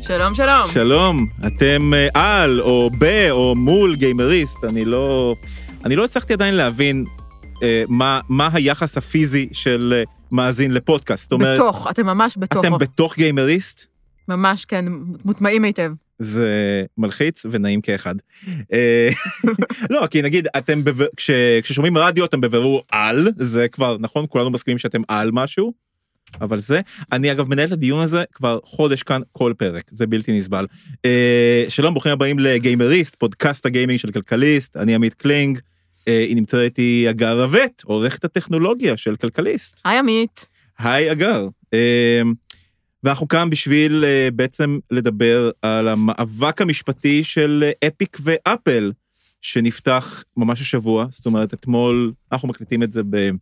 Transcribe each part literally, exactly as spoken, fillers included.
שלום, שלום. שלום, אתם על או ב או מול גיימריסט, אני לא, אני לא הצלחתי עדיין להבין אה, מה, מה היחס הפיזי של אה, מאזין לפודקאסט. זאת אומרת, בתוך, אתם ממש בתוכו. אתם בתוך גיימריסט? ממש, כן, מוטמעים היטב. זה מלחיץ ונעים כאחד. אה, לא, כי נגיד, אתם, בב... כש... כששומעים רדיו, אתם בבירור על, זה כבר, נכון, כולנו מסכימים שאתם על משהו, אבל זה, אני אגב מנהל את הדיון הזה כבר חודש כאן כל פרק, זה בלתי נסבל. אה, שלום, ברוכים הבאים לגיימריסט, פודקאסט הגיימינג של כלכליסט, אני עמית קלינג, אה, היא נמצאת איתי אגר רבט, עורכת הטכנולוגיה של כלכליסט. היי עמית. היי אגר. אה, ואנחנו כאן בשביל אה, בעצם לדבר על המאבק המשפטי של אפיק ואפל, שנפתח ממש השבוע, זאת אומרת אתמול, אנחנו מקליטים את זה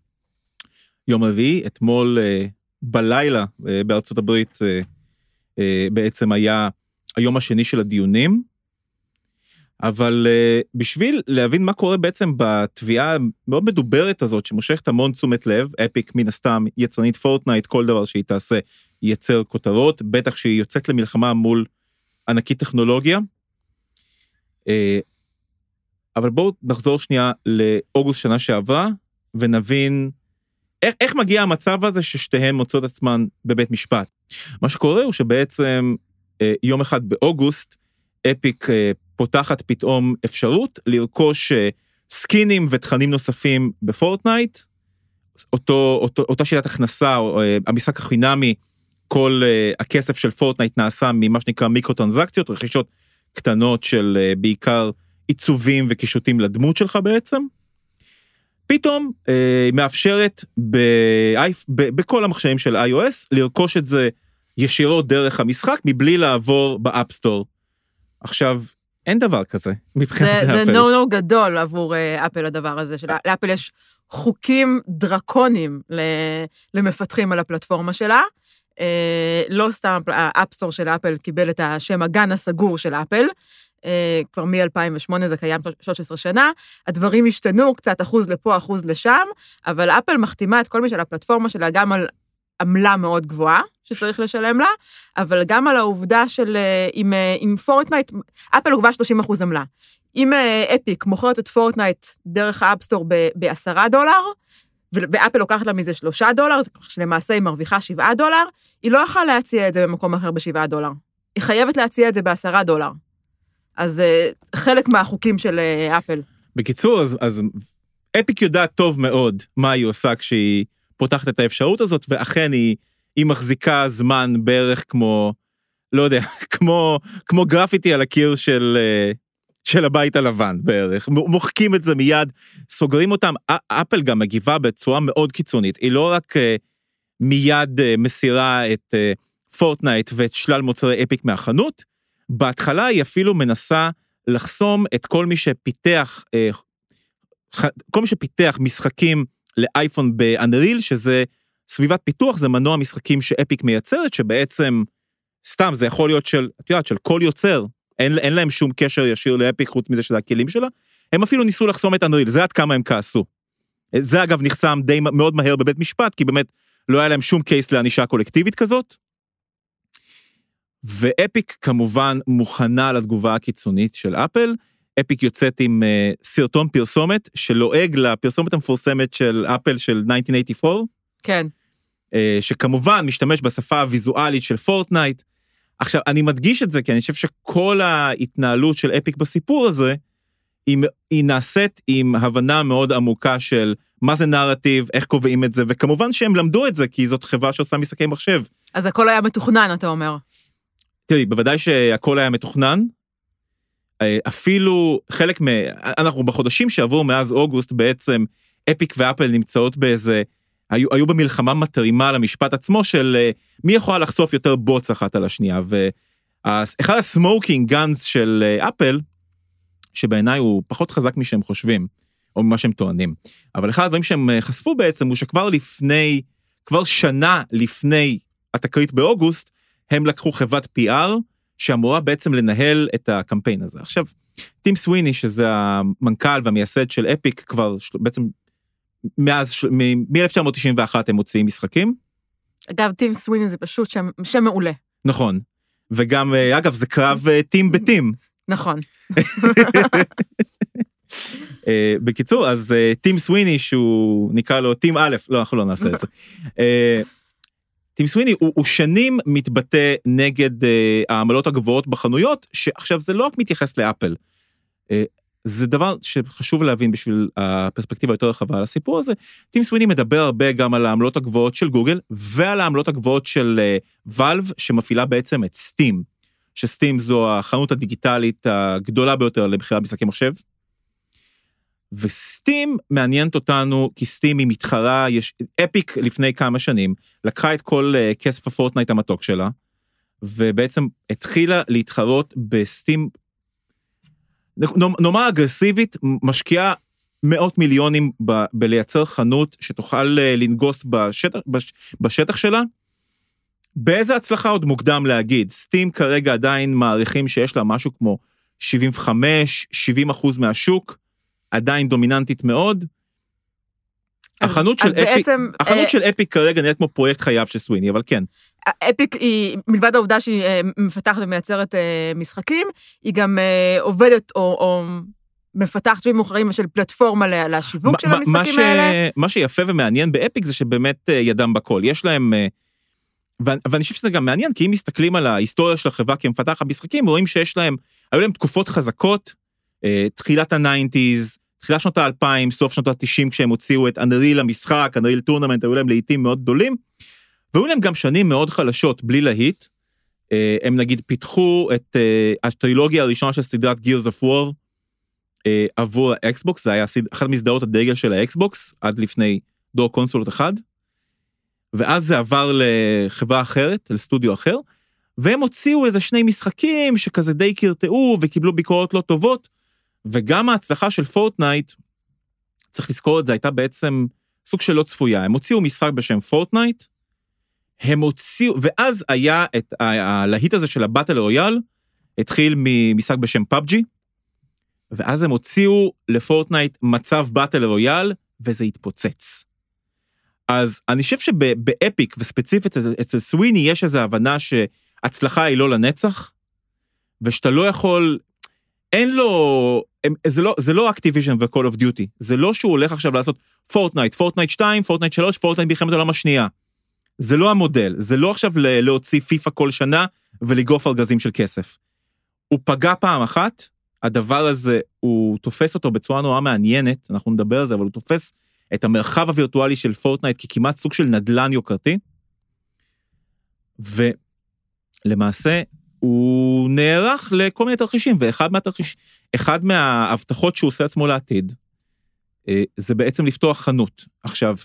ביום רביעי, אתמול אה, בלילה אה, בארצות הברית אה, אה, בעצם היה היום השני של הדיונים, אבל אה, בשביל להבין מה קורה בעצם בתביעה מאוד מדוברת הזאת, שמושכת המון תשומת לב, אפיק מן הסתם יצרנית פורטנייט, כל דבר שהיא תעשה ייצר כותרות, בטח שהיא יוצאת למלחמה מול ענקית טכנולוגיה, אה, אבל בואו נחזור שנייה לאוגוסט שנה שעברה, ונבין איך, איך מגיע המצב הזה ששתיהן מוצאות עצמן בבית משפט. מה שקורה הוא שבעצם אה, יום אחד באוגוסט, אפיק אה, פותחת פתאום אפשרות לרכוש אה, סקינים ותכנים נוספים בפורטנייט, אותו, אותו, אותה שיטת הכנסה, אה, המשחק החינמי, כל uh, הכסף של פורטנייט נעשה ממה שנקרא מיקרו-טרנזקציות, רכישות קטנות של uh, בעיקר עיצובים וקישוטים לדמות שלך בעצם. פתאום uh, מאפשרת ב- ב- בכל המחשבים של iOS לרכוש את זה ישירות דרך המשחק, מבלי לעבור באפסטור. עכשיו, אין דבר כזה. זה, זה נו-נו גדול עבור uh, אפל הדבר הזה. של, לאפל יש חוקים דרקונים למפתחים על הפלטפורמה שלה, Uh, לא סתם האפסטור של אפל קיבל את השם הגן הסגור של אפל, uh, כבר מ-אלפיים ושמונה זה קיים שלוש עשרה שנה, הדברים השתנו קצת אחוז לפה, אחוז לשם, אבל אפל מחתימה את כל מי של הפלטפורמה שלה גם על עמלה מאוד גבוהה, שצריך לשלם לה, אבל גם על העובדה של, uh, עם, uh, עם פורטנייט, אפל הוגבה שלושים אחוז עמלה. אם uh, אפיק מוכרת את פורטנייט דרך האפסטור ב-עשרה דולר, ואפל לוקחת לה מזה שלושה דולר, שלמעשה היא מרוויחה שבעה דולר, היא לא יכולה להציע את זה במקום אחר בשבעה דולר. היא חייבת להציע את זה בעשרה דולר. אז חלק מהחוקים של אפל. בקיצור, אז, אז אפיק יודעת טוב מאוד מה היא עושה כשהיא פותחת את האפשרות הזאת, ואכן היא, היא מחזיקה זמן בערך כמו, לא יודע, כמו, כמו גרפיטי על הקיר של... של הבית הלבן בערך, מוחקים את זה מיד, סוגרים אותם, אפל גם מגיבה בצורה מאוד קיצונית, היא לא רק מיד מסירה את פורטנייט ואת שלל מוצרי אפיק מהחנות, בהתחלה היא אפילו מנסה לחסום את כל מי שפיתח, כל מי שפיתח משחקים לאייפון באנריל, שזה סביבת פיתוח, זה מנוע משחקים שאפיק מייצרת, שבעצם סתם זה יכול להיות של, את יודעת, של כל יוצר, אין, אין להם שום קשר ישיר לאפיק, חוץ מזה שזה הכלים שלה, הם אפילו ניסו לחסום את אנריל, זה עד כמה הם כעסו. זה אגב נחסם די מאוד מהר בבית משפט, כי באמת לא היה להם שום קייס לענישה קולקטיבית כזאת, ואפיק כמובן מוכנה לתגובה הקיצונית של אפל, אפיק יוצאת עם uh, סרטון פרסומת, שלועג לפרסומת המפורסמת של אפל של אלף תשע מאות שמונים וארבע, כן. Uh, שכמובן משתמש בשפה הוויזואלית של פורטנייט, עכשיו, אני מדגיש את זה, כי אני חושב שכל ההתנהלות של אפיק בסיפור הזה, היא, היא נעשית עם הבנה מאוד עמוקה של מה זה נרטיב, איך קובעים את זה, וכמובן שהם למדו את זה, כי זאת חברה שעושה משחקי מחשב. אז הכל היה מתוכנן, אתה אומר. תראי, בוודאי שהכל היה מתוכנן, אפילו חלק מ... אנחנו בחודשים שעברו מאז אוגוסט, בעצם אפיק ואפל נמצאות באיזה... היו, היו במלחמה מטרימה על המשפט עצמו של מי יכולה לחשוף יותר בוץ אחת על השנייה, ואחד הסמוקינג גאנס של אפל, שבעיניי הוא פחות חזק משהם חושבים, או ממה שהם טוענים, אבל אחד הדברים שהם חשפו בעצם, הוא שכבר לפני, כבר שנה לפני התקרית באוגוסט, הם לקחו חברת פי אר, שאמורה בעצם לנהל את הקמפיין הזה. עכשיו, טים סוויני, שזה המנכ"ל והמייסד של אפיק, כבר בעצם, מאז, מ-אלף תשע מאות תשעים ואחת הם מוציאים משחקים. אגב, טים סוויני זה פשוט שם, שם מעולה. נכון. וגם, אגב, זה קרב טים בטים. נכון. בקיצור, אז טים סוויני, שהוא נקרא לו טים א', לא, אנחנו לא נעשה את זה. טים סוויני הוא, הוא שנים מתבטא נגד העמלות הגבוהות בחנויות, שעכשיו זה לא רק מתייחס לאפל. זה דבר שחשוב להבין בשביל הפרספקטיבה יותר רחבה על הסיפור הזה. טים סוויני מדבר הרבה גם על העמלות הגבוהות של גוגל, ועל העמלות הגבוהות של ואלב, שמפעילה בעצם את סטים, שסטים זו החנות הדיגיטלית הגדולה ביותר למכירת משחקי מחשב. וסטים מעניינת אותנו, כי סטים היא מתחרה, יש, אפיק לפני כמה שנים, לקחה את כל uh, כסף הפורטנייט המתוק שלה, ובעצם התחילה להתחרות בסטים, נאמר אגרסיבית, משקיעה מאות מיליונים ב, בלייצר חנות, שתוכל uh, לנגוס בשטח, בש, בשטח שלה, באיזה הצלחה עוד מוקדם להגיד, סטים כרגע עדיין מעריכים שיש לה משהו כמו שבעים וחמש שבעים אחוז מהשוק, עדיין דומיננטית מאוד. החנות של אפיק, החנות של אפיק כרגע נראית כמו פרויקט חייו של סוויני, אבל כן. אפיק היא, מלבד העובדה שהיא מפתחת ומייצרת משחקים, היא גם עובדת או מפתחת שבים מאוחרים של פלטפורמה לשיווק של המשחקים האלה. מה שיפה ומעניין באפיק זה שבאמת ידם בכל. יש להם, ואני חושב שזה גם מעניין, כי אם מסתכלים על ההיסטוריה של החברה כמפתחת משחקים, רואים שיש להם, היו להם תקופות חזקות, תחילת ה-תשעים, תחילת שנות ה-אלפיים, סוף שנות ה-תשעים, כשהם הוציאו את אנריל למשחק, אנריל טורנמנט, היו להם לעיתים מאוד גדולים, והיו להם גם שנים מאוד חלשות, בלי להיט. הם נגיד פיתחו את הטרילוגיה הראשונה של סדרת Gears of War, עבור האקסבוקס, זה היה אחת מסדרות הדגל של האקסבוקס, עד לפני דור קונסולות אחד, ואז זה עבר לחברה אחרת, לסטודיו אחר, והם הוציאו איזה שני משחקים, שכזה די קרטעו, וקיבלו ביקורות לא טובות, וגם ההצלחה של פורטנייט, צריך לזכור את זה, הייתה בעצם סוג של לא צפויה. הם הוציאו משחק בשם פורטנייט, הם הוציאו, ואז היה את הלהיט הזה של הבטל רויאל, התחיל ממשחק בשם פאבג'י, ואז הם הוציאו לפורטנייט מצב בטל רויאל, וזה התפוצץ. אז אני חושב שבאפיק, וספציפית אצל סוויני, יש איזו הבנה שהצלחה היא לא לנצח, ושאתה לא יכול, אין לו, זה לא, זה לא אקטיביז'ן ו-Call of Duty, זה לא שהוא הולך עכשיו לעשות פורטנייט, פורטנייט שתיים, פורטנייט שלוש, פורטנייט מלחמת העולם השנייה. זה לא המודל, זה לא עכשיו להוציא פיפה כל שנה, ולגוף ארגזים של כסף. הוא פגע פעם אחת, הדבר הזה, הוא תופס אותו בצורה נורא מעניינת, אנחנו נדבר על זה, אבל הוא תופס את המרחב הווירטואלי של פורטנייט, ככמעט סוג של נדלן יוקרתי, ולמעשה, הוא נערך לכל מיני תרחישים, ואחד מהתרחיש, אחד מההבטחות שהוא עושה עצמו לעתיד, זה בעצם לפתוח חנות. עכשיו,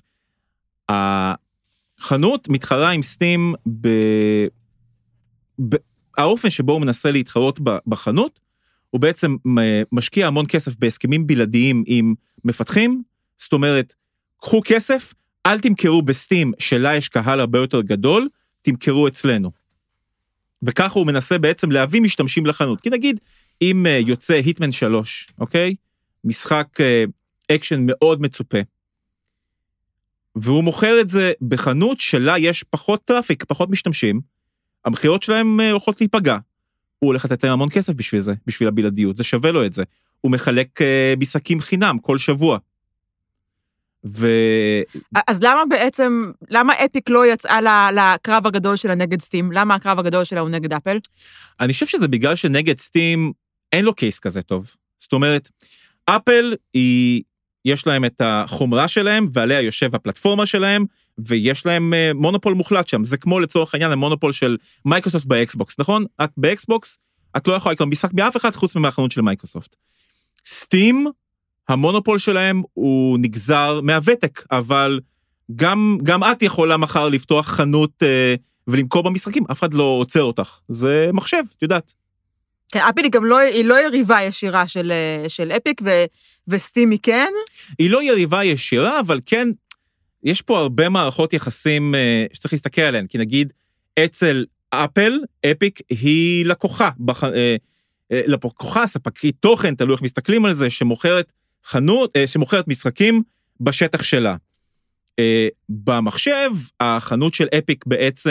החנות מתחרה עם סטים, ב... ב... האופן שבו הוא מנסה להתחרות בחנות, הוא בעצם משקיע המון כסף בהסכמים בלעדיים עם מפתחים, זאת אומרת, קחו כסף, אל תמכרו בסטים שלה יש קהל הרבה יותר גדול, תמכרו אצלנו. וכך הוא מנסה בעצם להביא משתמשים לחנות. כי נגיד, אם יוצא היטמן שלוש, אוקיי? משחק אקשן מאוד מצופה. והוא מוכר את זה בחנות שלה יש פחות טראפיק, פחות משתמשים, המחירות שלהם הולכות להיפגע. הוא הולך לתת להם המון כסף בשביל זה, בשביל הבלעדיות, זה שווה לו את זה. הוא מחלק משחקים חינם כל שבוע. ו... אז למה בעצם, למה אפיק לא יצאה לקרב הגדול שלה נגד סטים? למה הקרב הגדול שלה הוא נגד אפל? אני חושב שזה בגלל שנגד סטים אין לו קייס כזה טוב. זאת אומרת, אפל היא, יש להם את החומרה שלהם, ועליה יושב הפלטפורמה שלהם, ויש להם מונופול מוחלט שם. זה כמו לצורך העניין המונופול של מייקרוסופט באקסבוקס, נכון? את באקסבוקס, את לא יכולה לקנות משחק מאף אחד חוץ מהחנות של מייקרוסופט. סטים, המונופול שלהם הוא נגזר מהוותק, אבל גם, גם את יכולה מחר לפתוח חנות אה, ולמכור במשחקים, אף אחד לא עוצר אותך. זה מחשב, את יודעת. כן, אפל היא גם לא, היא לא יריבה ישירה של, של אפיק, ו, וסטימי כן? היא לא יריבה ישירה, אבל כן, יש פה הרבה מערכות יחסים אה, שצריך להסתכל עליהן, כי נגיד, אצל אפל, אפיק היא לקוחה, בח, אה, אה, לקוחה, ספקית תוכן, תלוי איך מסתכלים על זה, שמוכרת חנות, שמוכרת משחקים בשטח שלה. במחשב, החנות של אפיק בעצם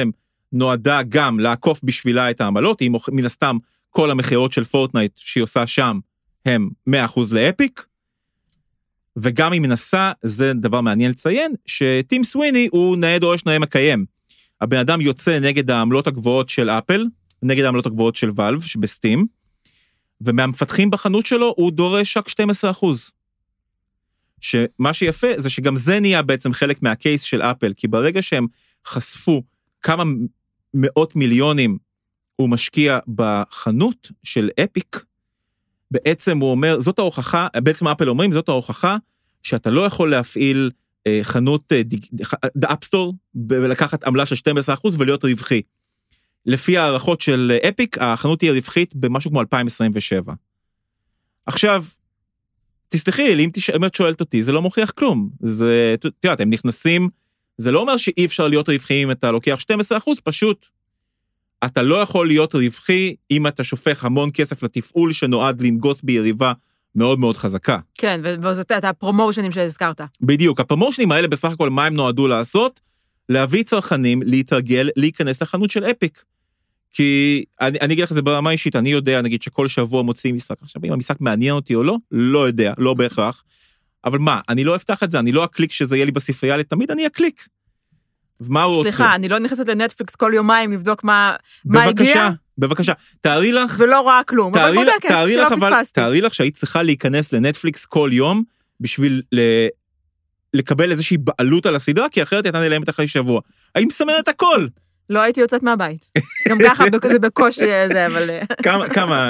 נועדה גם לעקוף בשבילה את העמלות, היא מן הסתם כל המחירות של פורטנייט שהיא עושה שם, הם מאה אחוז לאפיק, וגם היא מנסה, זה דבר מעניין לציין, שטים סוויני הוא נאה דורש נאה מקיים. הבן אדם יוצא נגד העמלות הגבוהות של אפל, נגד העמלות הגבוהות של ואלב, שבסטים, ומהמפתחים בחנות שלו הוא דורש רק שנים עשר אחוז. שמה שיפה זה שגם זה נהיה בעצם חלק מהקייס של אפל, כי ברגע שהם חשפו כמה מאות מיליונים הוא משקיע בחנות של אפיק, בעצם הוא אומר, זאת ההוכחה, בעצם אפל אומרים, זאת ההוכחה שאתה לא יכול להפעיל אה, חנות, אפסטור, ולקחת עמלה של שנים עשר אחוז ולהיות רווחי. לפי הערכות של אפיק, החנות תהיה רווחית במשהו כמו אלפיים עשרים ושבע. עכשיו, תסלחי לי, אם את שואלת אותי, זה לא מוכיח כלום. זה, תראה, הם נכנסים, זה לא אומר שאי אפשר להיות רווחי אם אתה לוקח שנים עשר אחוז, פשוט, אתה לא יכול להיות רווחי אם אתה שופך המון כסף לתפעול שנועד לנגוס ביריבה מאוד מאוד חזקה. כן, וזאת את הפרומושנים שהזכרת. בדיוק, הפרומושנים האלה בסך הכל מה הם נועדו לעשות? להביא צרכנים, להתרגל, להיכנס לחנות של אפיק. כי אני, אני אגיד לך את זה ברמה אישית, אני יודע, נגיד שכל שבוע מוציאים משחק, עכשיו אם המשחק מעניין אותי או לא, לא יודע, לא בהכרח, אבל מה, אני לא אפתח את זה, אני לא אקליק שזה יהיה לי בספרייה, לתמיד אני אקליק. ומה הוא רוצה? סליחה, אני לא נכנסת לנטפליקס כל יומיים לבדוק מה, מה הגיע. בבקשה, בבקשה, תארי לך... ולא רואה כלום, אבל בודקת, שלא פספסתי. תארי לך שהיית צריכה להיכנס לנטפליקס כל יום, בשביל ל... לקבל איזושהי בעלות על הסדרה, כי אחרת יתן להם את אחרי שבוע. האם מסמנת הכל? לא הייתי יוצאת מהבית. גם ככה זה בקושי זה, אבל... כמה, כמה...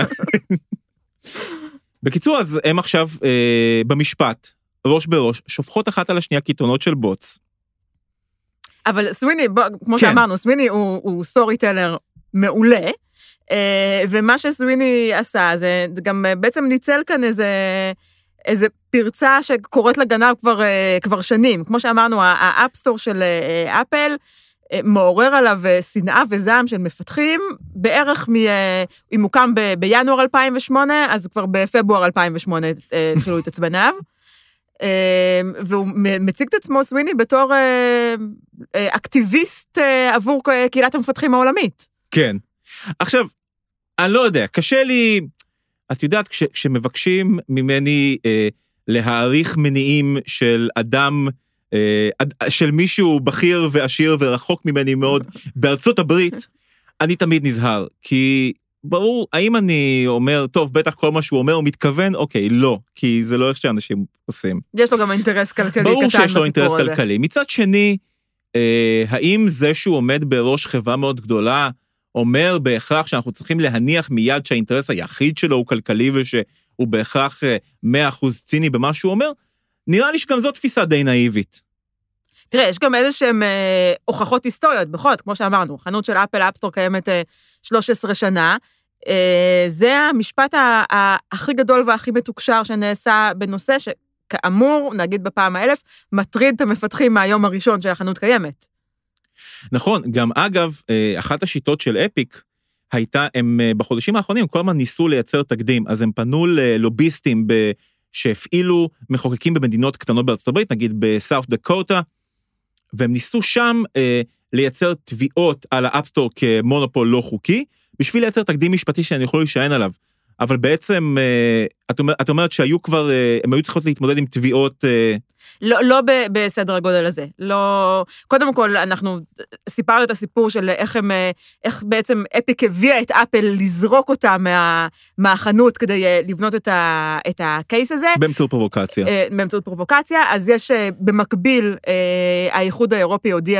בקיצור, אז הם עכשיו אה, במשפט, ראש בראש, שופכות אחת על השנייה קיתונות של בוץ. אבל סוויני, בוא, כמו כן. שאמרנו, סוויני הוא, הוא סטורי טלר מעולה, אה, ומה שסוויני עשה, זה גם בעצם ניצל כאן איזה... איזה פרצה שקוראת לגנב כבר, כבר שנים. כמו שאמרנו, האפסטור של אפל מעורר עליו שנאה וזעם של מפתחים, בערך מ... אם הוא קם ב... בינואר אלפיים ושמונה, אז כבר בפברואר אלפיים ושמונה התחילו להתעצבן עליו. והוא מציג את עצמו, סוויני, בתור אקטיביסט עבור קהילת המפתחים העולמית. כן. עכשיו, אני לא יודע, קשה לי... את יודעת, כש, כשמבקשים ממני אה, להעריך מניעים של אדם, אה, של מישהו בכיר ועשיר ורחוק ממני מאוד בארצות הברית, אני תמיד נזהר, כי ברור, האם אני אומר, טוב, בטח כל מה שהוא אומר הוא מתכוון, אוקיי, לא, כי זה לא איך שאנשים עושים. יש לו גם אינטרס כלכלי קטן ברור בסיפור הזה. שיש לו אינטרס כלכלי. מצד שני, אה, האם זה שהוא עומד בראש חברה מאוד גדולה, אומר בהכרח שאנחנו צריכים להניח מיד שהאינטרס היחיד שלו הוא כלכלי ושהוא בהכרח מאה אחוז ציני במה שהוא אומר, נראה לי שגם זו תפיסה די נאיבית. תראה, יש גם איזה שהן אה, הוכחות היסטוריות, בכל זאת, כמו שאמרנו, חנות של אפל אפסטור קיימת אה, שלוש עשרה שנה, אה, זה המשפט ה- ה- הכי גדול והכי מתוקשר שנעשה בנושא שכאמור, נגיד בפעם האלף, מטריד את המפתחים מהיום הראשון שהחנות קיימת. נכון, גם אגב, אחת השיטות של אפיק הייתה, הם בחודשים האחרונים, כל הזמן ניסו לייצר תקדים, אז הם פנו ללוביסטים שהפעילו מחוקקים במדינות קטנות בארצות הברית, נגיד בסאוף דקוטה, והם ניסו שם לייצר תביעות על האפסטור כמונופול לא חוקי, בשביל לייצר תקדים משפטי שאני יכול להישען עליו. אבל בעצם, את אומרת, את אומרת שהיו כבר, הם היו צריכות להתמודד עם תביעות... לא, לא בסדר הגודל הזה. לא, קודם כל, אנחנו סיפרנו את הסיפור של איך הם, איך בעצם אפיק הביאה את אפל לזרוק אותה מה, מהחנות כדי לבנות את ה, את הקייס הזה. באמצעות פרובוקציה. באמצעות פרובוקציה, אז יש במקביל, האיחוד האירופי הודיע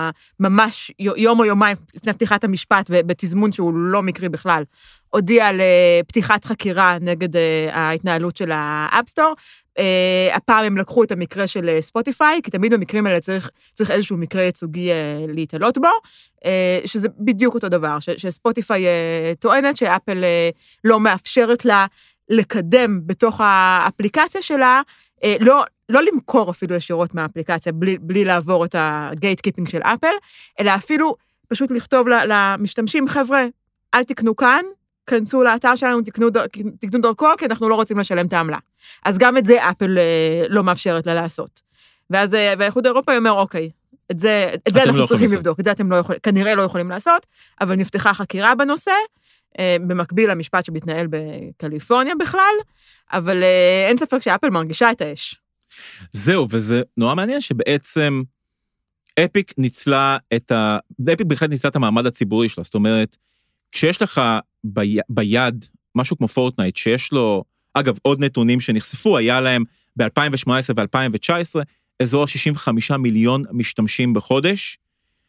ממש יום או יומיים לפני פתיחת המשפט, בתזמון שהוא לא מקרי בכלל, הודיע לפתיחת חקירה נגד ההתנהלות של האפסטור, הפעם הם לקחו את המקרה של ספוטיפיי, כי תמיד במקרים האלה צריך, צריך איזשהו מקרה ייצוגי להתעלות בו, שזה בדיוק אותו דבר, ש, שספוטיפיי טוענת שאפל לא מאפשרת לה לקדם בתוך האפליקציה שלה, לא, לא למכור אפילו ישירות מהאפליקציה, בלי, בלי לעבור את הגייט קיפינג של אפל, אלא אפילו פשוט לכתוב למשתמשים, חבר'ה, אל תקנו כאן, כנסו לאתר שלנו, תקנו, תקנו דרכו, כי אנחנו לא רוצים לשלם את העמלה. אז גם את זה אפל לא מאפשרת לה לעשות. ואז האיחוד האירופי אומר, אוקיי, את זה, את זה אנחנו לא צריכים לעשות. לבדוק, את זה אתם לא יכולים, כנראה לא יכולים לעשות, אבל נפתחה חקירה בנושא, במקביל למשפט שמתנהל בקליפורניה בכלל, אבל אין ספק שאפל מרגישה את האש. זהו, וזה נורא מעניין שבעצם אפיק ניצלה את ה... אפיק בהחלט ניצלה את המעמד הציבורי שלה, זאת אומרת, כשיש לך בי... ביד משהו כמו פורטנייט, שיש לו, אגב, עוד נתונים שנחשפו, היה להם ב-אלפיים שמונה עשרה ו-אלפיים תשע עשרה, אזור שישים וחמישה מיליון משתמשים בחודש,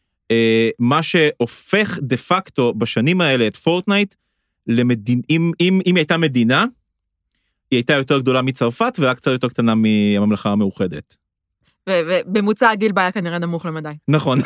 מה שהופך דה פקטו בשנים האלה את פורטנייט, למדין... אם, אם, אם היא הייתה מדינה, היא הייתה יותר גדולה מצרפת, ורק קצת יותר קטנה מהממלכה המאוחדת. ובמוצע הגיל בה היה כנראה נמוך למדי. נכון.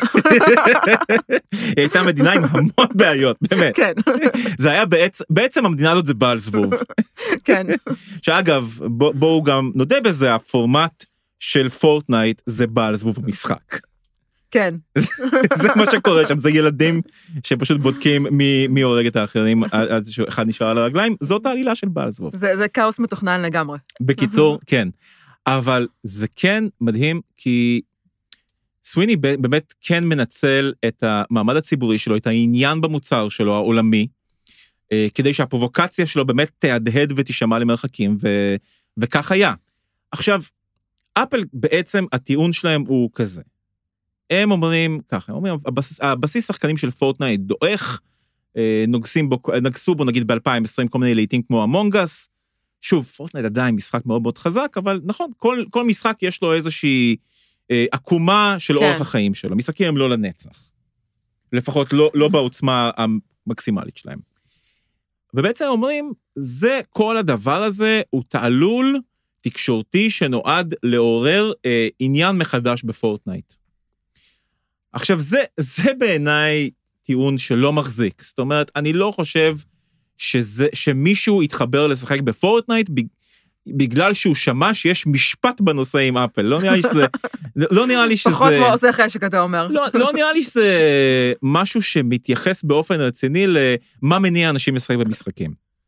היא הייתה מדינה עם המון בעיות, באמת. כן. זה היה בעצם, בעצם המדינה הזאת זה בעל זבוב. כן. שאגב, בואו גם נודה בזה, הפורמט של פורטנייט זה בעל זבוב המשחק. כן. זה מה שקורה שם, זה ילדים שפשוט בודקים מי הורג את האחרים, עד שאחד נשאר על הרגליים, זאת העלילה של בעל זבוב. זה כאוס מתוכנן לגמרי. בקיצור, כן. אבל זה כן מדהים, כי סוויני באמת כן מנצל את המעמד הציבורי שלו, את העניין במוצר שלו, העולמי, כדי שהפרובוקציה שלו באמת תהדהד ותשמע למרחקים, ו... וכך היה. עכשיו, אפל בעצם, הטיעון שלהם הוא כזה. הם אומרים ככה, הם אומרים, הבסיס, הבסיס שחקנים של פורטנייט דועך, נוגסים בו, נגסו בו נגיד ב-אלפיים ועשרים כל מיני לעיתים כמו המונגס, שוב, פורטנייט עדיין משחק מאוד מאוד חזק, אבל נכון, כל, כל משחק יש לו איזושהי אה, עקומה של כן. אורך החיים שלו. משחקים הם לא לנצח. לפחות לא, לא בעוצמה המקסימלית שלהם. ובעצם אומרים, זה, כל הדבר הזה הוא תעלול תקשורתי שנועד לעורר אה, עניין מחדש בפורטנייט. עכשיו, זה, זה בעיניי טיעון שלא מחזיק. זאת אומרת, אני לא חושב שזה, שמישהו יתחבר לשחק בפורטנייט, בגלל שהוא שמע שיש משפט בנושא עם אפל. לא נראה לי שזה... לא נראה לי שזה... פחות כמו עושה חשק, אתה אומר. לא, לא נראה לי שזה משהו שמתייחס באופן רציני למה מניע אנשים לשחק במשחקים.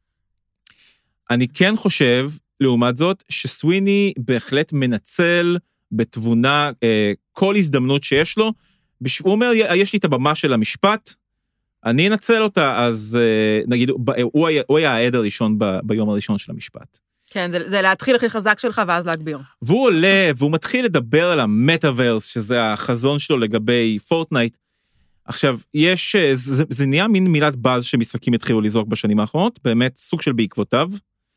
אני כן חושב, לעומת זאת, שסוויני בהחלט מנצל בתבונה כל הזדמנות שיש לו, הוא אומר, יש לי את הבמה של המשפט, אני אנצל אותה, אז נגיד, הוא היה, הוא היה העד הראשון ב, ביום הראשון של המשפט. כן, זה, זה להתחיל הכי חזק שלך ואז להגביר. והוא עולה, והוא מתחיל לדבר על המטאברס, שזה החזון שלו לגבי פורטנייט. עכשיו, יש, זה, זה נהיה מין מילת באז שמשחקים התחילו לזרוק בשנים האחרונות, באמת סוג של בעקבותיו.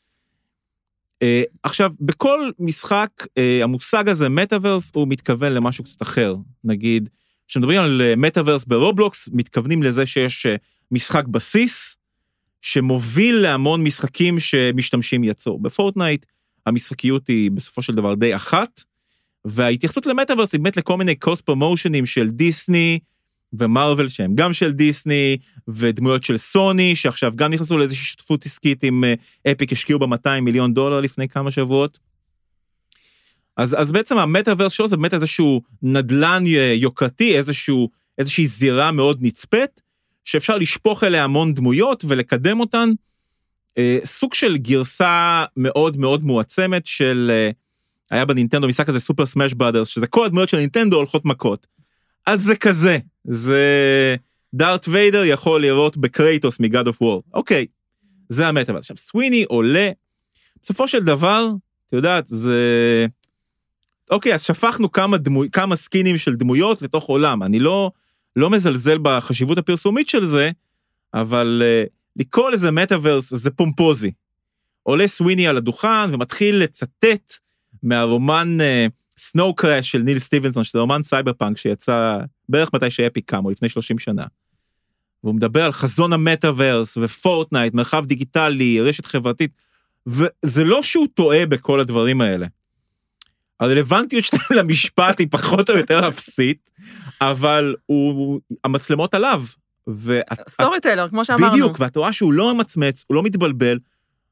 עכשיו, בכל משחק, המושג הזה, מטאברס, הוא מתכוון למשהו קצת אחר. נגיד, כשמדברים על מטאברס ברובלוקס, מתכוונים לזה שיש משחק בסיס, שמוביל להמון משחקים שמשתמשים יצור. בפורטנייט, המשחקיות היא בסופו של דבר די אחת, וההתייחסות למטאברס היא באמת לכל מיני קוסט פרומושנים של דיסני ומרוול, שהם גם של דיסני, ודמויות של סוני, שעכשיו גם נכנסו לאיזושהי שותפות עסקית עם אפיק, השקיעו ב-מאתיים מיליון דולר לפני כמה שבועות. אז, אז בעצם המטאברס שלו זה באמת איזשהו נדלן יוקרתי, איזשהו, איזושהי זירה מאוד נצפת, שאפשר לשפוך אליה המון דמויות ולקדם אותן, אה, סוג של גרסה מאוד מאוד מועצמת של, אה, היה בנינטנדו משחק כזה סופר סמאש בראדרס, שזה כל הדמויות של נינטנדו הולכות מכות. אז זה כזה, זה דארת ויידר יכול לראות בקרייטוס מגד אוף וור. אוקיי, זה המטאברס. עכשיו, סוויני עולה, בסופו של דבר, אתה יודעת, זה... אוקיי, אז שפכנו כמה, דמו... כמה סקינים של דמויות לתוך עולם. אני לא... לא מזלזל בחשיבות הפרסומית של זה, אבל uh, לקרוא לזה מטאברס זה פומפוזי. עולה סוויני על הדוכן ומתחיל לצטט מהרומן סנואו uh, קראש של ניל סטיבנסון, שזה רומן סייבר פאנק שיצא בערך מתי שאפיק קמו, לפני שלושים שנה. והוא מדבר על חזון המטאברס ופורטנייט, מרחב דיגיטלי, רשת חברתית, וזה לא שהוא טועה בכל הדברים האלה. הרלוונטיות שלהם למשפט היא פחות או יותר אפסית, אבל הוא, המצלמות עליו. סטורי טיילר, כמו שאמרנו. בדיוק, ואת רואה שהוא לא מצמץ, הוא לא מתבלבל,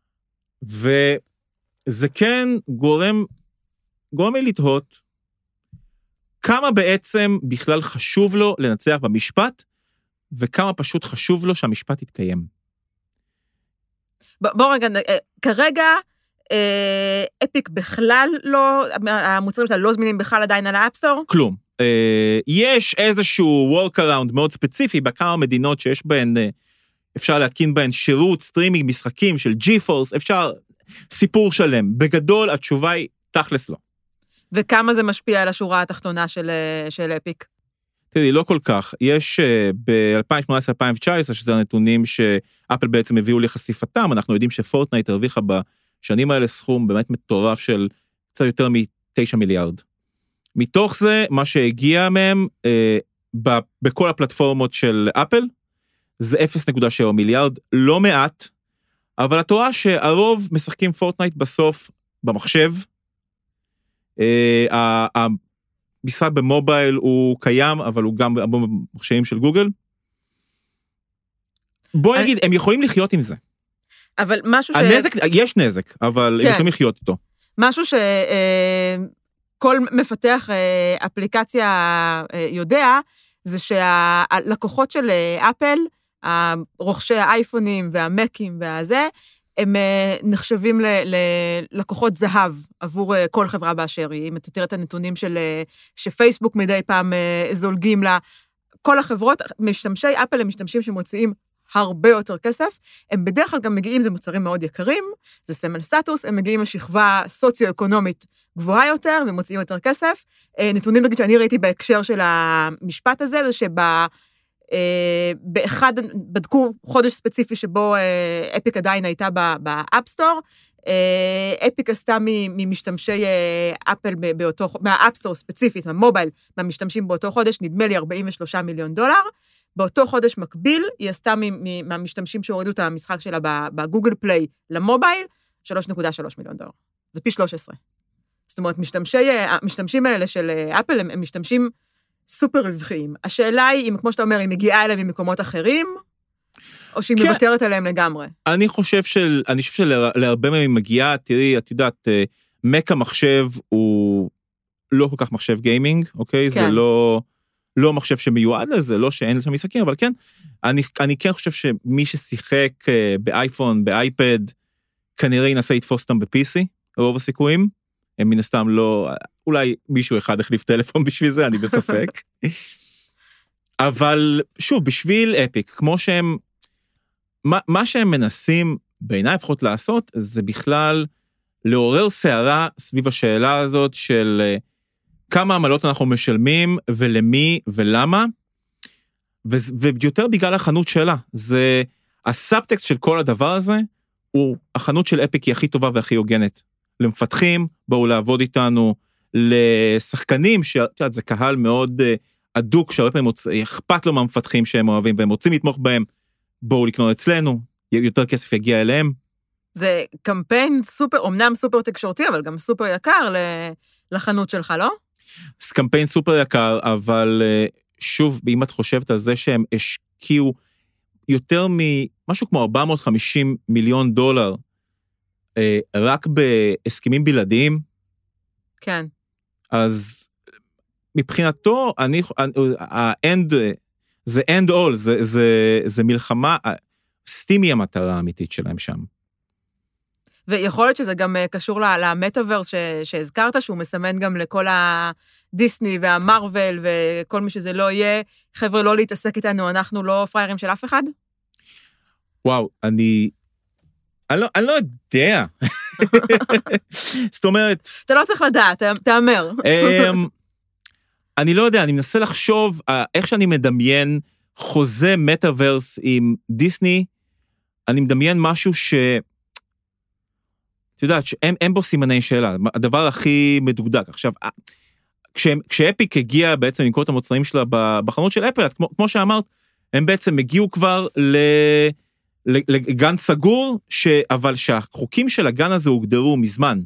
וזה כן גורם, גורם לי לתהות, כמה בעצם בכלל חשוב לו לנצח במשפט, וכמה פשוט חשוב לו שהמשפט יתקיים. בוא רגע, כרגע, אפיק בכלל לא, המוצרים שלה לא זמינים בכלל עדיין על האפסטור? כלום. יש איזשהו workaround מאוד ספציפי בכמה מדינות שיש בהן, אפשר להתקין בהן שירות, סטרימינג, משחקים של ג'י-פורס, אפשר סיפור שלם. בגדול, התשובה היא תכלס לא. וכמה זה משפיע על השורה התחתונה של, של אפיק? תראי, לא כל כך. יש ב-אלפיים שמונה עשרה אלפיים תשע עשרה, שזה הנתונים שאפל בעצם הביאו לחשיפתם, אנחנו יודעים שפורטנייט הרוויחה בשנים האלה סכום באמת מטורף של קצת יותר מ-תשעה מיליארד. מתוך זה, מה שהגיע מהם אה, ב- בכל הפלטפורמות של אפל, זה אפס נקודה שבע מיליארד, לא מעט, אבל את רואה שהרוב משחקים פורטנייט בסוף במחשב, אה, המשחק במובייל הוא קיים, אבל הוא גם במחשבים של גוגל. בוא אני... נגיד, הם יכולים לחיות עם זה. אבל משהו ש... הנזק, יש נזק, אבל כן. הם יכולים לחיות איתו. משהו ש... אה... כל מפתח אפליקציה יודע, זה שהלקוחות של אפל, רוכשי האייפונים והמקים והזה, הם נחשבים ללקוחות זהב עבור כל חברה באשר היא. אם אתה תראה את הנתונים של שפייסבוק מדי פעם זולגים לה, כל החברות, משתמשי אפל הם משתמשים שמוציאים הרבה יותר כסף, הם בדרך כלל גם מגיעים, זה מוצרים מאוד יקרים, זה סמל סטטוס, הם מגיעים לשכבה סוציו-אקונומית גבוהה יותר, ומוצאים יותר כסף. נתונים נגיד שאני ראיתי בהקשר של המשפט הזה, זה שבאחד, בדקו חודש ספציפי שבו אפיק עדיין הייתה באפסטור, אפיק עשתה ממשתמשי אפל באותו, מהאפסטור ספציפית, מהמובייל, מהמשתמשים באותו חודש, נדמה לי ארבעים ושלושה מיליון דולר, באותו חודש מקביל, היא עשתה מהמשתמשים שהורידו את המשחק שלה בגוגל פליי למובייל, שלוש נקודה שלוש מיליון דולר. זה פי שלוש עשרה. זאת אומרת, המשתמשים האלה של אפל, הם משתמשים סופר רווחיים. השאלה היא, אם, כמו שאתה אומר, היא מגיעה אליהם ממקומות אחרים, או שהיא כן. מבטרת עליהם לגמרי. אני חושב של, אני חושב שלהרבה מהם היא מגיעה, תראי, את יודעת, מק המחשב הוא לא כל כך מחשב גיימינג, אוקיי? כן. זה לא... לא מחשב שמיועד לזה, לא שאין לשם משחקים, אבל כן, אני, אני כן חושב שמי ששיחק באייפון, באייפד, כנראה ינסה לתפוס אותם ב-פי סי, רוב הסיכויים, הם מן הסתם לא, אולי מישהו אחד החליף טלפון בשביל זה, אני בספק. אבל שוב, בשביל אפיק, כמו שהם, מה, מה שהם מנסים, בעיניי לפחות לעשות, זה בכלל לעורר שערה סביב השאלה הזאת של כמה עמלות אנחנו משלמים, ולמי ולמה, ויותר בגלל החנות שלה. זה, הסאבטקסט של כל הדבר הזה, הוא החנות של אפיק היא הכי טובה והכי הוגנת. למפתחים, בואו לעבוד איתנו, לשחקנים, שאת, זה קהל מאוד עדוק, שהרבה פעמים אכפת לו מהמפתחים שהם אוהבים, והם רוצים לתמוך בהם, בואו לקנות אצלנו, יותר כסף יגיע אליהם. זה קמפיין סופר, אמנם סופר תקשורתי, אבל גם סופר יקר לחנות שלך, לא? זה קמפיין סופר יקר, אבל שוב, אם את חושבת על זה שהם השקיעו יותר ממשהו כמו ארבע מאות וחמישים מיליון דולר, רק בהסכמים בלעדיים. כן. אז מבחינתו, אני, האנד, זה end all, זה, זה, זה מלחמה, סטים היא המטרה האמיתית שלהם שם. ויכול להיות שזה גם קשור למטאברס שהזכרת, שהוא מסמן גם לכל הדיסני והמרוול וכל מי שזה לא יהיה, חבר'ה לא להתעסק איתנו, אנחנו לא פריירים של אף אחד? וואו, אני... אני לא, אני לא יודע. זאת אומרת... אתה לא צריך לדעת, תאמר. אני לא יודע, אני מנסה לחשוב איך שאני מדמיין חוזה מטאברס עם דיסני, אני מדמיין משהו ש... את יודעת, שאין בו סימני שאלה, הדבר הכי מדוקדק. עכשיו, כשאפיק הגיע בעצם למכור את המוצרים שלה בחנות של אפל, כמו, כמו שאמרת, הם בעצם הגיעו כבר ל... לגן סגור, ש... אבל שהחוקים של הגן הזה הוגדרו מזמן.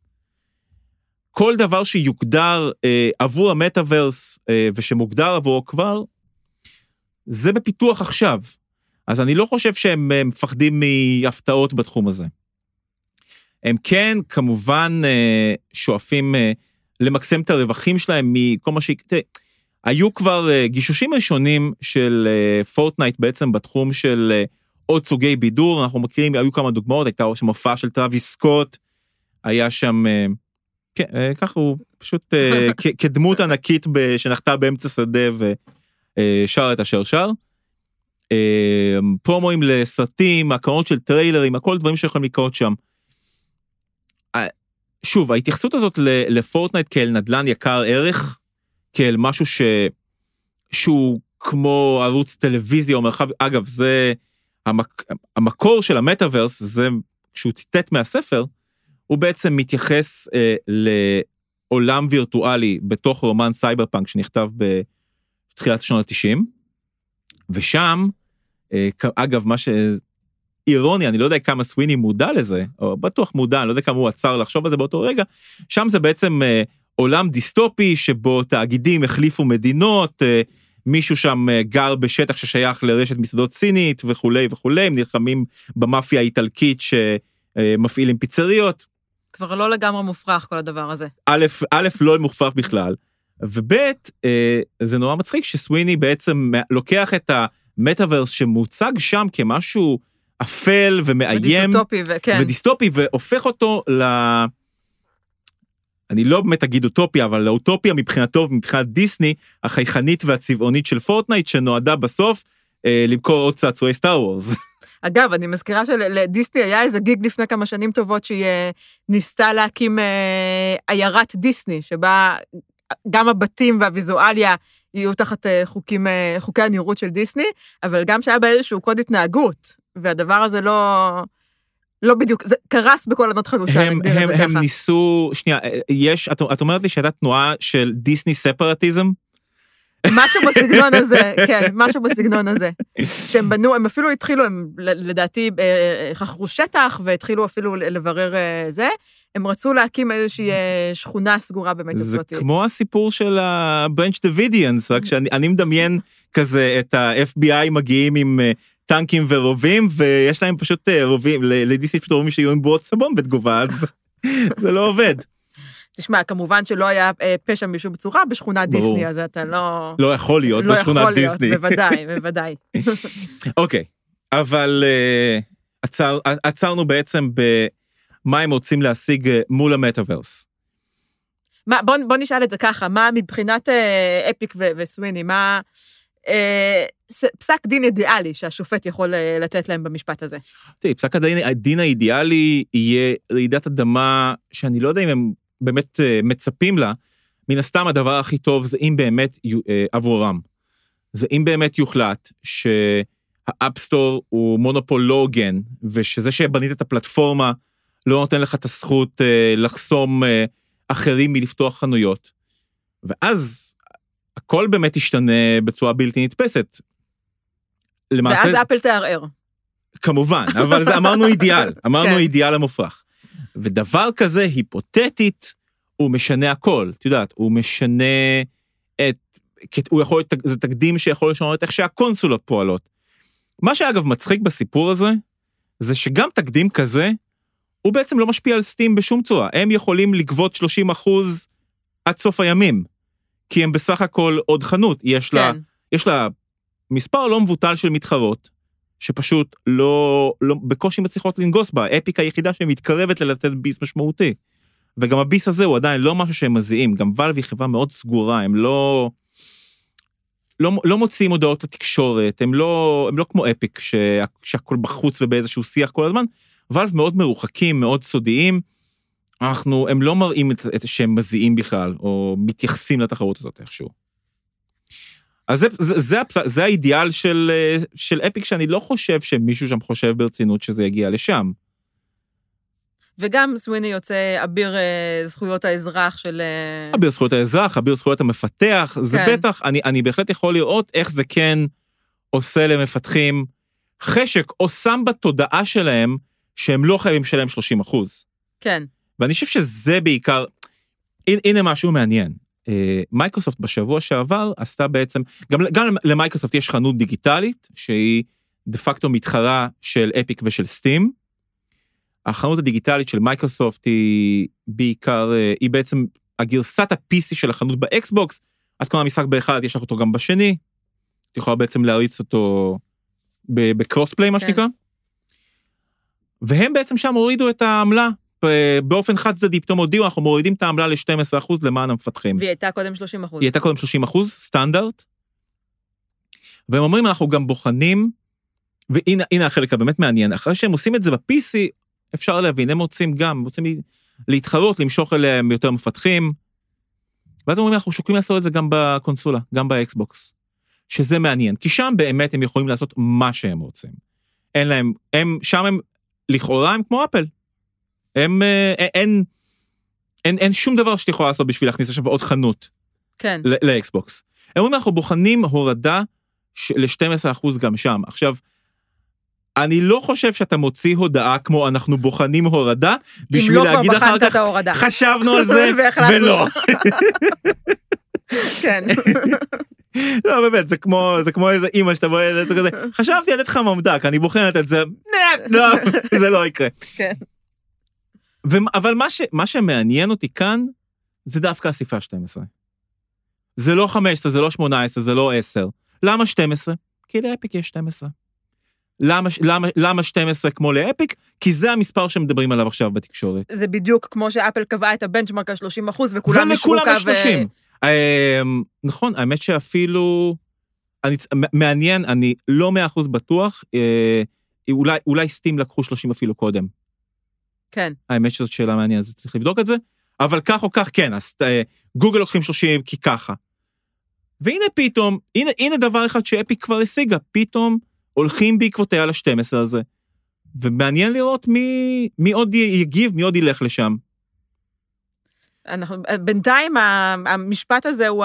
כל דבר שיוגדר אה, עבור המטאברס, אה, ושמוגדר עבורו כבר, זה בפיתוח עכשיו. אז אני לא חושב שהם אה, מפחדים מהפתעות בתחום הזה. הם כן, כמובן, אה, שואפים אה, למקסם את הרווחים שלהם מכל מה ש... תראה, היו כבר אה, גישושים ראשונים של אה, פורטנייט בעצם בתחום של... אה, עוד סוגי בידור, אנחנו מכירים, היו כמה דוגמאות, הייתה שם הופעה של טראביס סקוט, היה שם, כן, ככה הוא פשוט כדמות ענקית שנחתה באמצע שדה ושר את אשר שר. פרומואים לסרטים, הקרנות של טריילרים, הכל דברים שיכולים לקרות שם. שוב, ההתייחסות הזאת לפורטנייט כאל נדלן יקר ערך, כאל משהו ש... שהוא כמו ערוץ טלוויזיה או מרחב, אגב, זה המק... המקור של המטאברס, זה כשהוא ציטט מהספר, הוא בעצם מתייחס אה, לעולם וירטואלי בתוך רומן סייבר פאנק שנכתב בתחילת שנות ה-תשעים, ושם, אה, אגב, מה ש... אירוני, אני לא יודע כמה סוויני מודע לזה, או בטוח מודע, אני לא יודע כמה הוא עצר לחשוב על זה באותו רגע, שם זה בעצם אה, עולם דיסטופי, שבו תאגידים החליפו מדינות, אה, מישהו שם אה, גר בשטח ששייך לרשת מסעדות סינית, וכולי וכולי, הם נלחמים במאפיה האיטלקית שמפעילים פיצריות. כבר לא לגמרי מופרך כל הדבר הזה. א', א', לא מופרך בכלל, וב', אה, זה נורא מצחיק שסוויני בעצם לוקח את המטאברס שמוצג שם כמשהו אפל ומאיים, ודיסטופי, וכן. ודיסטופי, והופך אותו ל... אני לא באמת אגיד אוטופיה, אבל לאוטופיה מבחינתו, מבחינת דיסני, החייכנית והצבעונית של פורטנייט, שנועדה בסוף אה, למכור עוד צעצועי סטאר וורס. אגב, אני מזכירה שלדיסני היה איזה גיג לפני כמה שנים טובות, שהיא ניסתה להקים אה, עיירת דיסני, שבה גם הבתים והוויזואליה יהיו תחת אה, חוקים, אה, חוקי הנראות של דיסני, אבל גם שהיה בה איזשהו קוד התנהגות, והדבר הזה לא, לא בדיוק, זה קרס בכל ענות חלושה, הם, נגדיר הם, את זה הם ככה. ניסו, שנייה, יש, את, את אומרת לי שהייתה תנועה של דיסני ספרטיזם? משהו בסגנון הזה, כן, משהו בסגנון הזה. שהם בנו, הם אפילו התחילו, הם לדעתי חכרו שטח, והתחילו אפילו לברר זה, הם רצו להקים איזושהי שכונה סגורה באמת זה פרטית. כמו הסיפור של ה-Branch Davidians, רק שאני מדמיין כזה את ה-אף בי איי מגיעים עם טנקים ורובים, ויש להם פשוט רובים, לדיסני פשוט רובים שיהיו עם בועות סבון בתגובה, אז זה לא עובד. תשמע, כמובן שלא היה פשע משום צורה בשכונת דיסני, אז אתה לא... לא יכול להיות בשכונת דיסני. לא יכול להיות, בוודאי, בוודאי. אוקיי, אבל עצרנו בעצם במה הם רוצים להשיג מול המטאברס. בוא נשאל את זה ככה, מה מבחינת אפיק וסוויני, מה פסק דין אידיאלי שהשופט יכול לתת להם במשפט הזה? תראי, פסק הדין האידיאלי יהיה רעידת אדמה, שאני לא יודע אם הם באמת מצפים לה, מן הסתם הדבר הכי טוב זה אם באמת עבורם. זה אם באמת יוחלט שהאפסטור הוא מונופול לא הוגן, ושזה שבנית את הפלטפורמה לא נותן לך את הזכות לחסום אחרים מלפתוח חנויות. ואז הכל באמת ישתנה בצורה בלתי נתפסת. למעשה, ואז אפל תערער. כמובן, אבל זה אמרנו אידיאל, אמרנו כן. אידיאל המופרך. ודבר כזה, היפותטית, הוא משנה הכל, את יודעת, הוא משנה את, הוא יכול, זה תקדים שיכול לשנות את איך שהקונסולות פועלות. מה שאגב מצחיק בסיפור הזה, זה שגם תקדים כזה, הוא בעצם לא משפיע על סטים בשום צורה, הם יכולים לגבות שלושים אחוז עד סוף הימים, כי הם בסך הכל עוד חנות, יש כן. לה, יש לה מספר לא מבוטל של מתחרות, שפשוט לא, לא, בקושי מצליחות לנגוס בה, אפיק היחידה שמתקרבת ללתת ביס משמעותי. וגם הביס הזה הוא עדיין לא משהו שהם מזיעים, גם ולב היא חברה מאוד סגורה, הם לא, לא, לא מוציאים הודעות לתקשורת, הם לא, הם לא כמו אפיק, שה, שהכל בחוץ ובאיזשהו שיח כל הזמן, ולב מאוד מרוחקים, מאוד סודיים, אנחנו, הם לא מראים את, את שהם מזיעים בכלל, או מתייחסים לתחרות הזאת איכשהו. אז זה, זה, זה, זה האידיאל של, של אפיק, שאני לא חושב שמישהו שם חושב ברצינות שזה יגיע לשם. וגם סוויני יוצא אביר זכויות האזרח של... אביר זכויות האזרח, אביר זכויות המפתח, זה כן. בטח, אני, אני בהחלט יכול לראות איך זה כן עושה למפתחים חשק, או שם בתודעה שלהם, שהם לא חייבים שלהם שלושים אחוז. כן. ואני חושב שזה בעיקר, הנה, הנה משהו מעניין. מייקרוסופט בשבוע שעבר עשתה בעצם, גם, גם למייקרוסופט יש חנות דיגיטלית, שהיא דה פקטו מתחרה של אפיק ושל סטים. החנות הדיגיטלית של מייקרוסופט היא בעיקר, היא בעצם הגרסת ה-פי סי של החנות באקסבוקס, אז כמו המשחק באחד, יש לך אותו גם בשני, את יכולה בעצם להריץ אותו בקרוס פליי, מה שנקרא. והם בעצם שם הורידו את העמלה, באופן חד צדדי, פתאום הודיעו, אנחנו מורידים את העמלה ל-שנים עשר אחוז למען המפתחים. והיא הייתה קודם שלושים אחוז. היא הייתה קודם שלושים אחוז, סטנדרט, והם אומרים, אנחנו גם בוחנים, והנה הנה החלק הבאמת מעניין, אחרי שהם עושים את זה ב-פי סי, אפשר להבין, הם רוצים גם, הם רוצים להתחרות, למשוך אליהם יותר מפתחים, ואז הם אומרים, אנחנו שוקלים לעשות את זה גם בקונסולה, גם באקסבוקס, שזה מעניין, כי שם באמת הם יכולים לעשות מה שהם רוצים. אין להם, הם, שם הם, לכאורה הם כמו אפל. הם, אין, אין, אין, אין שום דבר שאתה יכול לעשות בשביל להכניס עכשיו עוד חנות. כן. לאקסבוקס. הם אומרים, אנחנו בוחנים הורדה ל-שנים עשר אחוז גם שם. עכשיו, אני לא חושב שאתה מוציא הודעה כמו אנחנו בוחנים הורדה, בשביל לא להגיד אחר כך, חשבנו על זה, ולא. כן. לא, באמת, זה כמו, זה כמו איזה אמא שאתה בואי, זה כזה, חשבתי לתת לך ממדק, אני בוחנת את זה, לא, זה לא יקרה. כן. אבל מה ש, מה שמעניין אותי כאן, זה דווקא הסיפה שתים עשרה. זה לא חמש עשרה, זה לא שמונה עשרה, זה לא עשר. למה שתים עשרה? כי לאפיק יש שתים עשרה. למה, למה, למה שתים עשרה כמו לאפיק? כי זה המספר שמדברים עליו עכשיו בתקשורת. זה בדיוק כמו שאפל קבעה את הבנצ'מרק על שלושים אחוז, וכולם נשרו קו... שלושים. נכון, האמת שאפילו, אני, מעניין, אני לא מאה אחוז בטוח, אולי, אולי סטים לקחו שלושים אפילו קודם. כן. האמת שזאת שאלה מעניינת, אז צריך לבדוק את זה, אבל כך או כך כן, אז גוגל לוקחים שלושים כי ככה. והנה פתאום, הנה, הנה דבר אחד שאפיק כבר השיגה, פתאום הולכים בעקבותיה ל-שתים עשרה הזה, ומעניין לראות מי, מי עוד יגיב, מי עוד ילך לשם. אנחנו, בינתיים המשפט הזה הוא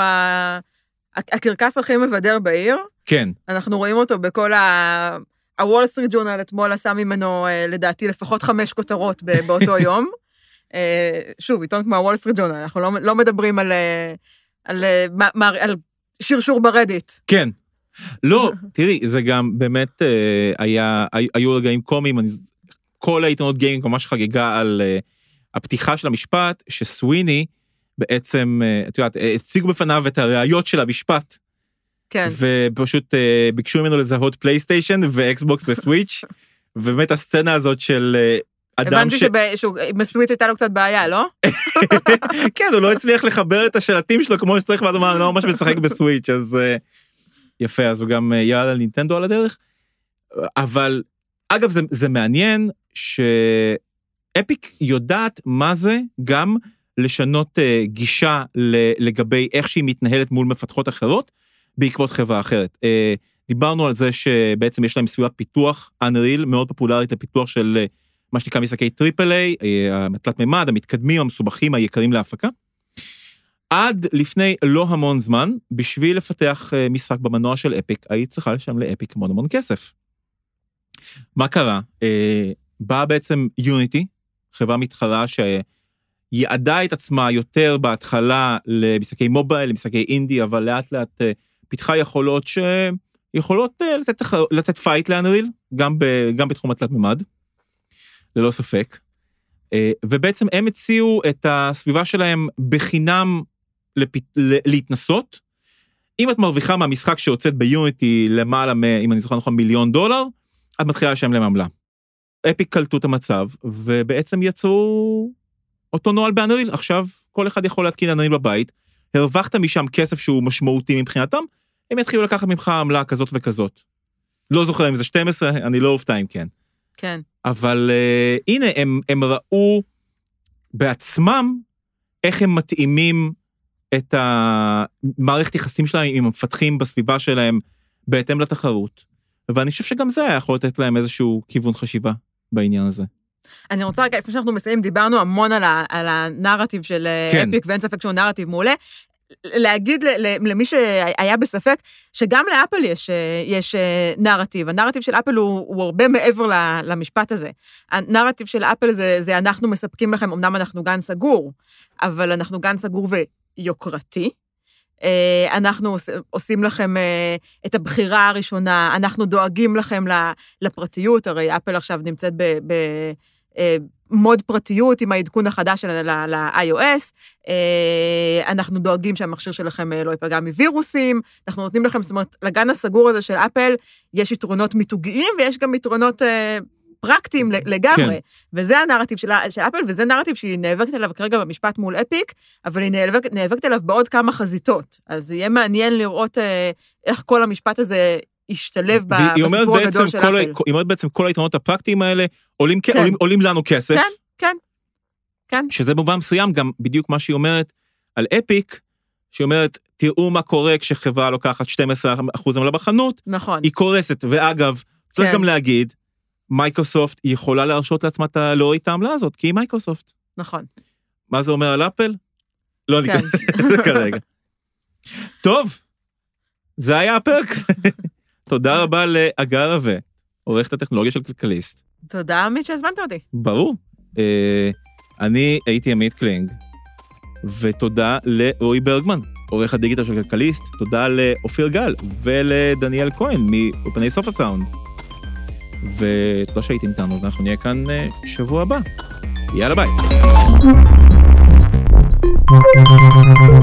הקרקס הכי מבדר בעיר. כן. אנחנו רואים אותו בכל ה... הוול סטריט ג'ורנל אתמול עשה ממנו, לדעתי, לפחות חמש כותרות באותו יום. שוב, עיתון כמו הוול סטריט ג'ורנל, אנחנו לא, לא מדברים על, על, על, על שרשור ברדיט. כן. לא, תראי, זה גם באמת היה, היו רגעים קומיים, כל העיתונות גיימינג ממש חגיגה על הפתיחה של המשפט, שסוויני בעצם, את יודעת, הציגו בפניו את הראיות של המשפט, כן. ופשוט ביקשו ממנו לזהות פלייסטיישן ואקסבוקס וסוויץ', ובאמת הסצנה הזאת של אדם ש... הבנתי שבסוויץ' הייתה לו קצת בעיה, לא? כן, הוא לא הצליח לחבר את השלטים שלו כמו שצריך, ואז הוא אמר, אני לא ממש משחק בסוויץ', אז יפה, אז הוא גם יעד על נינטנדו על הדרך. אבל, אגב, זה, זה מעניין שאפיק יודעת מה זה גם לשנות גישה לגבי איך שהיא מתנהלת מול מפתחות אחרות, בעקבות חברה אחרת. דיברנו על זה שבעצם יש להם סביבת פיתוח, Unreal, מאוד פופולרית לפיתוח של מה שנקרא משחקי טריפל איי, התלת ממד, המתקדמים, המסובכים, היקרים להפקה. עד לפני לא המון זמן, בשביל לפתח משחק במנוע של אפיק, היית צריכה לשם לאפיק המון המון כסף. מה קרה? באה בעצם יוניטי, חברה מתחרה שיעדה את עצמה יותר בהתחלה למשחקי מובייל, למשחקי אינדי, אבל לאט לאט פיתחה יכולות שיכולות לתת, לתת פייט לאנריל, גם, ב, גם בתחום התלת ממד, ללא ספק. ובעצם הם הציעו את הסביבה שלהם בחינם לפ... להתנסות. אם את מרוויחה מהמשחק שיוצאת ביוניטי למעלה, מ... אם אני זוכר נכון, מיליון דולר, את מתחילה לשם להם עמלה. אפיק קלטו את המצב, ובעצם יצאו אותו נועל באנריל. עכשיו כל אחד יכול להתקין אנריל בבית, הרווחת משם כסף שהוא משמעותי מבחינתם, הם יתחילו לקחת ממך עמלה כזאת וכזאת. לא זוכר אם זה שתים עשרה, אני לא אופתע אם כן. כן. אבל uh, הנה, הם, הם ראו בעצמם איך הם מתאימים את המערכת יחסים שלהם עם המפתחים בסביבה שלהם בהתאם לתחרות. ואני חושב שגם זה היה יכול לתת להם איזשהו כיוון חשיבה בעניין הזה. אני רוצה רגע, לפני שאנחנו מסיים, דיברנו המון על, ה, על הנרטיב של כן. אפיק, ואין ספק שהוא נרטיב מעולה. להגיד למי שהיה בספק, שגם לאפל יש, יש נרטיב. הנרטיב של אפל הוא, הוא הרבה מעבר למשפט הזה. הנרטיב של אפל זה, זה אנחנו מספקים לכם, אמנם אנחנו גן סגור, אבל אנחנו גן סגור ויוקרתי. אנחנו עושים לכם את הבחירה הראשונה, אנחנו דואגים לכם לפרטיות, הרי אפל עכשיו נמצאת ב... ב מוד פרטיות עם העדכון החדש ל-iOS, אנחנו דואגים שהמכשיר שלכם לא ייפגע מווירוסים, אנחנו נותנים לכם, זאת אומרת, לגן הסגור הזה של אפל, יש יתרונות מיתוגיים, ויש גם יתרונות פרקטיים לגמרי, וזה הנרטיב של אפל, וזה נרטיב שהיא נאבקת עליו כרגע במשפט מול אפיק, אבל היא נאבקת עליו בעוד כמה חזיתות, אז יהיה מעניין לראות איך כל המשפט הזה ישתלב בסיפור הגדול של אפל. היא אומרת בעצם כל היתרונות הפרקטיים האלה עולים לנו כסף. כן, כן, כן. שזה במובן מסוים גם בדיוק מה שהיא אומרת על אפיק, שהיא אומרת, תראו מה קורה כשחברה לוקחת שנים עשר אחוז עמלה בחנות, נכון. היא קורסת, ואגב, צריך גם להגיד, מייקרוסופט יכולה להרשות לעצמה להוריד את העמלה הזאת, כי היא מייקרוסופט. נכון. מה זה אומר על אפל? לא ניכנס לזה כרגע. טוב, זה היה הפרק. תודה רבה לאגר רווה, עורכת הטכנולוגיה של כלכליסט. תודה עמית שהזמנת אותי. ברור. אני הייתי עמית קלינג, ותודה לרועי ברגמן, עורך הדיגיטל של כלכליסט, תודה לאופיר גל ולדניאל כהן מאולפני סוף הסאונד. ותודה שהייתם איתנו, ואנחנו נהיה כאן שבוע הבא. יאללה ביי.